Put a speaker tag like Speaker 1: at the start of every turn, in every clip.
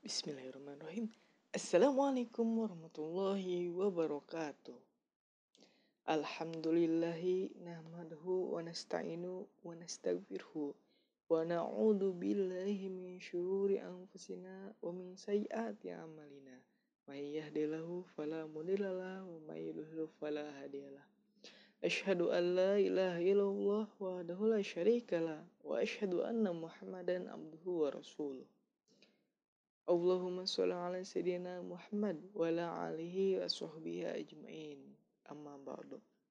Speaker 1: Bismillahirrahmanirrahim. Assalamualaikum warahmatullahi wabarakatuh. Alhamdulillahi nahmaduhu wa nasta'inu wa nastaghfiruhu wa na'udzu billahi min syururi anfusina wa min sayyiati a'malina. May yahdihillahu fala mudhillalah wa may yudhlil fala hadiyalah. Asyhadu an la ilaha illallah wahdahu la syarikalah wa asyhadu anna Muhammadan abduhu wa rasuluh. Allahumma sholli ala sayyidina Muhammad wa ala alihi wa sahbihi ajmain. Amma ba'du.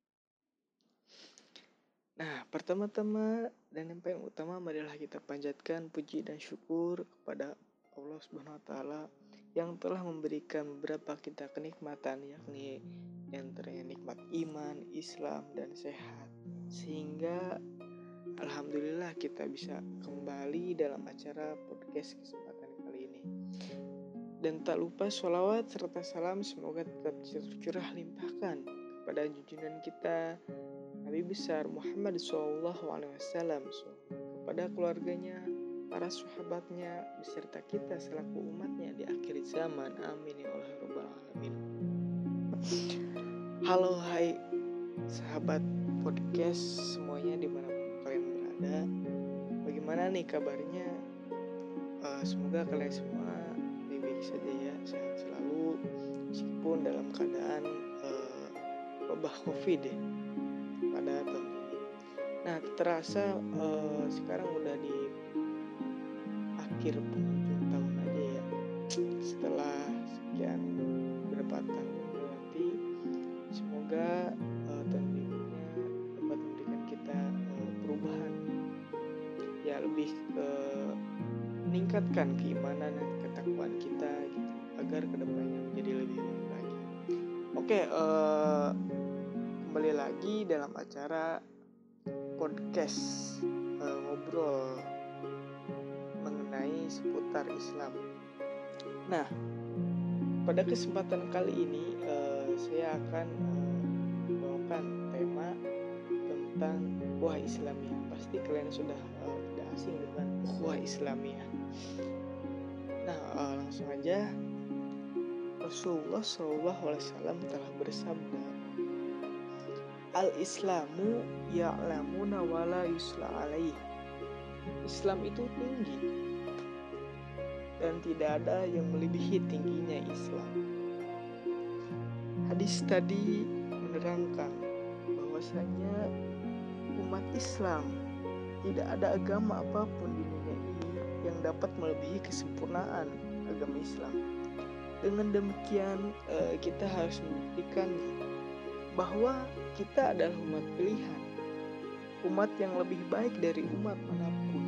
Speaker 1: Nah, pertama-tama dan yang paling utama marilah kita panjatkan puji dan syukur kepada Allah Subhanahu wa taala yang telah memberikan beberapa kita kenikmatan, yakni antaranya nikmat iman, Islam dan sehat. Sehingga alhamdulillah kita bisa kembali dalam acara podcast kesempatan kali ini. Dan tak lupa sholawat serta salam semoga tetap tercurah limpahkan kepada junjungan kita Nabi besar Muhammad SAW, kepada keluarganya, para sahabatnya, beserta kita selaku umatnya di akhir zaman. Amin ya Allah rabbal alamin. Halo hai sahabat podcast semuanya dimanapun kalian berada. Bagaimana nih kabarnya? Semoga kalian semua baik-baik saja ya, sehat selalu meskipun dalam keadaan wabah COVID ya pada tahun ini. Nah, terasa sekarang udah di akhir penghujung tahun aja ya. Setelah sekian berapa tahun berarti semoga tahun berikutnya dapat memberikan kita perubahan ya, lebih meningkatkan keimanan dan ketakwaan kita gitu, agar kedepannya menjadi lebih baik lagi. Oke, kembali lagi dalam acara podcast ngobrol mengenai seputar Islam. Nah, pada kesempatan kali ini saya akan membawakan tema tentang ukhuwah Islamiyah. Pasti kalian sudah tidak asing dengan ukhuwah Islamiyah. Nah, langsung aja. Rasulullah SAW telah bersabda, Al-Islamu ya'lamuna wa la yusla alaih. Islam itu tinggi dan tidak ada yang melebihi tingginya Islam. Hadis tadi menerangkan bahwasanya umat Islam tidak ada agama apapun di dunia ini yang dapat melebihi kesempurnaan agama Islam. Dengan demikian kita harus membuktikan bahwa kita adalah umat pilihan, umat yang lebih baik dari umat manapun.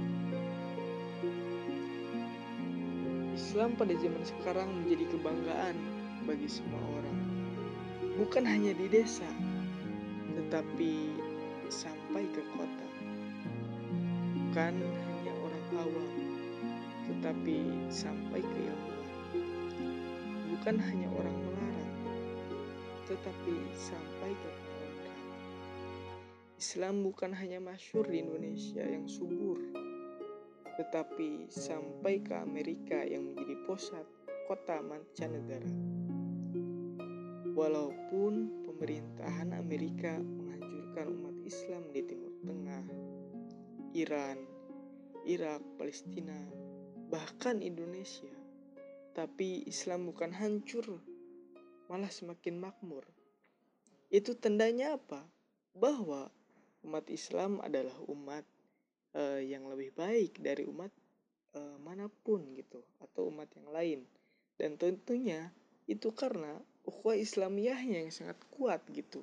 Speaker 1: Islam pada zaman sekarang menjadi kebanggaan bagi semua orang, bukan hanya di desa, tetapi sampai ke kota. Bukan hanya orang awam, tetapi sampai ke ilmuwan. Bukan hanya orang melarang, tetapi sampai ke pengontrol. Islam bukan hanya masyhur di Indonesia yang subur, tetapi sampai ke Amerika yang menjadi pusat kota mancanegara. Walaupun pemerintahan Amerika menghancurkan umat Islam di Timur Tengah, Iran, Irak, Palestina, bahkan Indonesia, tapi Islam bukan hancur, malah semakin makmur. Itu tandanya apa? Bahwa umat Islam adalah umat yang lebih baik dari umat manapun gitu, atau umat yang lain. Dan tentunya itu karena ukhuwah Islamiyahnya yang sangat kuat gitu.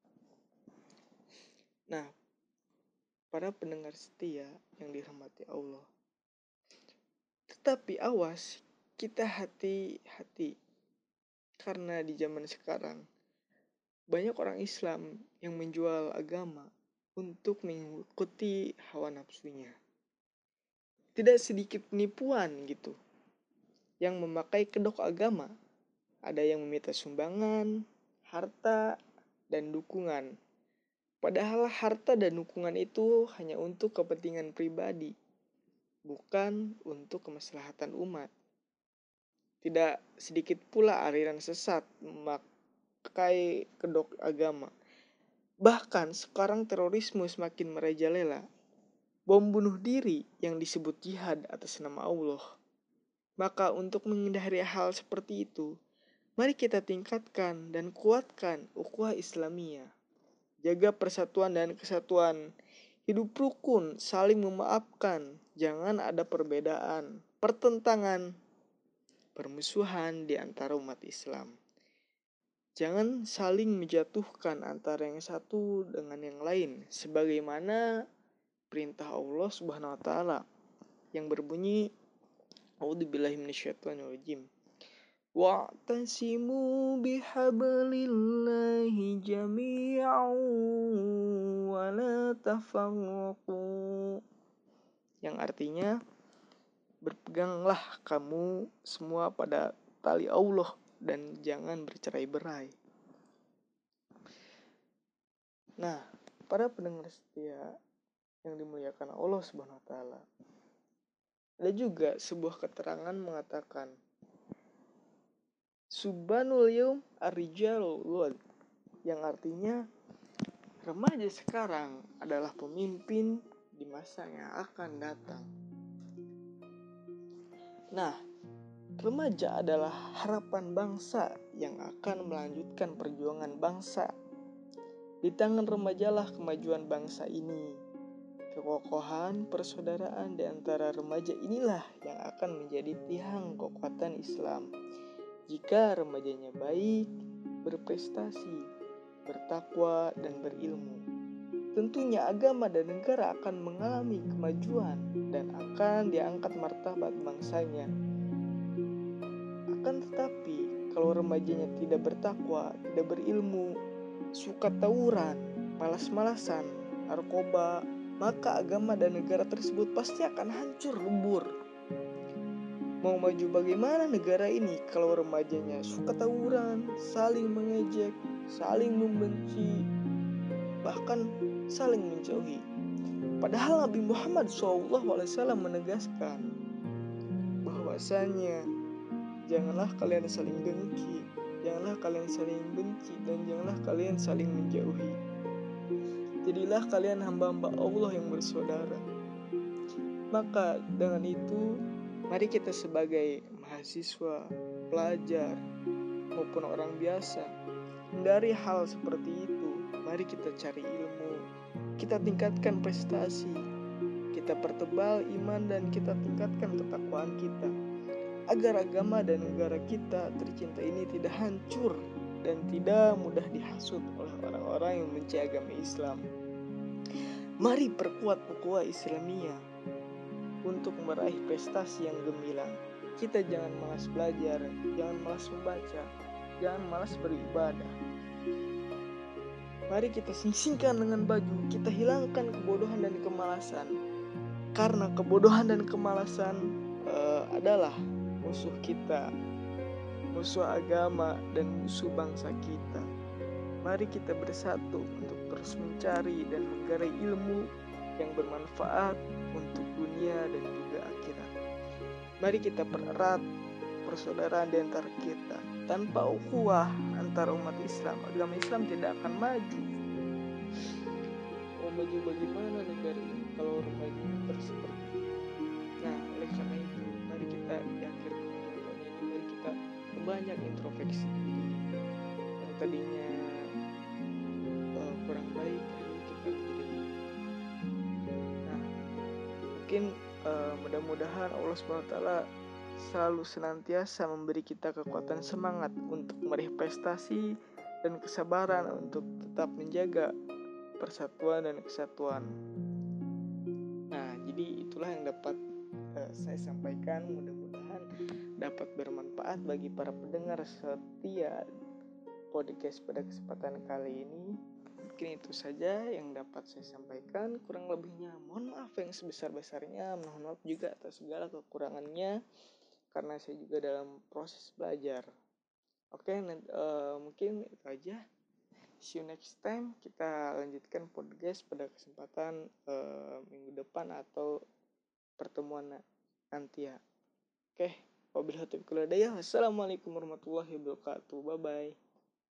Speaker 1: Nah, para pendengar setia yang dirahmati Allah, tetapi awas, kita hati-hati, karena di zaman sekarang banyak orang Islam yang menjual agama untuk mengikuti hawa nafsunya. Tidak sedikit penipuan gitu yang memakai kedok agama. Ada yang meminta sumbangan, harta, dan dukungan. Padahal harta dan dukungan itu hanya untuk kepentingan pribadi, bukan untuk kemaslahatan umat. Tidak sedikit pula aliran sesat memakai kedok agama. Bahkan sekarang terorisme semakin merajalela. Bom bunuh diri yang disebut jihad atas nama Allah. Maka untuk menghindari hal seperti itu, mari kita tingkatkan dan kuatkan ukhuwah Islamiyah. Jaga persatuan dan kesatuan. Hidup rukun, saling memaafkan. Jangan ada perbedaan, pertentangan, permusuhan di antara umat Islam. Jangan saling menjatuhkan antara yang satu dengan yang lain, sebagaimana perintah Allah Subhanahu wa taala yang berbunyi A'udzubillahi minasyaitonirrajim. Wa'tasimu bihablillahi jami'an wa la tafarraqu. Yang artinya, berpeganglah kamu semua pada tali Allah dan jangan bercerai-berai. Nah, para pendengar setia yang dimuliakan Allah Subhanahu wa taala, ada juga sebuah keterangan mengatakan Subhanul Yawm Ar-Rijalu Luad, yang artinya remaja sekarang adalah pemimpin di masa yang akan datang. Nah, remaja adalah harapan bangsa yang akan melanjutkan perjuangan bangsa. Di tangan remajalah kemajuan bangsa ini. Kekokohan persaudaraan di antara remaja inilah yang akan menjadi tiang kekuatan Islam. Jika remajanya baik, berprestasi, bertakwa, dan berilmu, tentunya agama dan negara akan mengalami kemajuan dan akan diangkat martabat bangsanya. Akan tetapi, kalau remajanya tidak bertakwa, tidak berilmu, suka tawuran, malas-malasan, narkoba, maka agama dan negara tersebut pasti akan hancur lebur. Mau maju bagaimana negara ini kalau remajanya suka tawuran, saling mengejek, saling membenci, bahkan saling menjauhi. Padahal Nabi Muhammad SAW menegaskan bahwasanya janganlah kalian saling dengki, janganlah kalian saling benci, dan janganlah kalian saling menjauhi. Jadilah kalian hamba-hamba Allah yang bersaudara. Maka dengan itu, mari kita sebagai mahasiswa, pelajar, maupun orang biasa, hindari hal seperti itu. Mari kita cari ilmu, kita tingkatkan prestasi, kita pertebal iman dan kita tingkatkan ketakwaan kita, agar agama dan negara kita tercinta ini tidak hancur dan tidak mudah dihasut oleh orang-orang yang membenci agama Islam. Mari perkuat ukhuwah Islamiyah untuk meraih prestasi yang gemilang. Kita jangan malas belajar, jangan malas membaca, jangan malas beribadah. Mari kita sing-singkan dengan baju, kita hilangkan kebodohan dan kemalasan. Karena kebodohan dan kemalasan adalah musuh kita, musuh agama, dan musuh bangsa kita. Mari kita bersatu untuk terus mencari dan menggarai ilmu yang bermanfaat untuk dunia dan juga akhirat. Mari kita pererat persaudaraan di antara kita. Tanpa ukhuwah antara umat Islam, agama Islam tidak akan maju. Mau maju bagaimana negara ini kalau remaja terus seperti itu? Nah, oleh karena itu, mari kita di akhir kehidupan ini, mari kita banyak introspeksi diri. Yang tadinya kurang baik, hari ini kita menjadi lebih. Nah, mungkin mudah-mudahan Allah SWT selalu senantiasa memberi kita kekuatan semangat untuk meraih prestasi dan kesabaran untuk tetap menjaga persatuan dan kesatuan. Nah, jadi itulah yang dapat saya sampaikan. Mudah-mudahan dapat bermanfaat bagi para pendengar setia podcast pada kesempatan kali ini. Mungkin itu saja yang dapat saya sampaikan. Kurang lebihnya mohon maaf yang sebesar-besarnya. Mohon maaf juga atas segala kekurangannya, karena saya juga dalam proses belajar. Oke, mungkin itu aja. See you next time. Kita lanjutkan podcast pada kesempatan minggu depan atau pertemuan nanti ya. Oke. Wabillahi taufiq wal hidayah. Wassalamualaikum warahmatullahi wabarakatuh. Bye bye.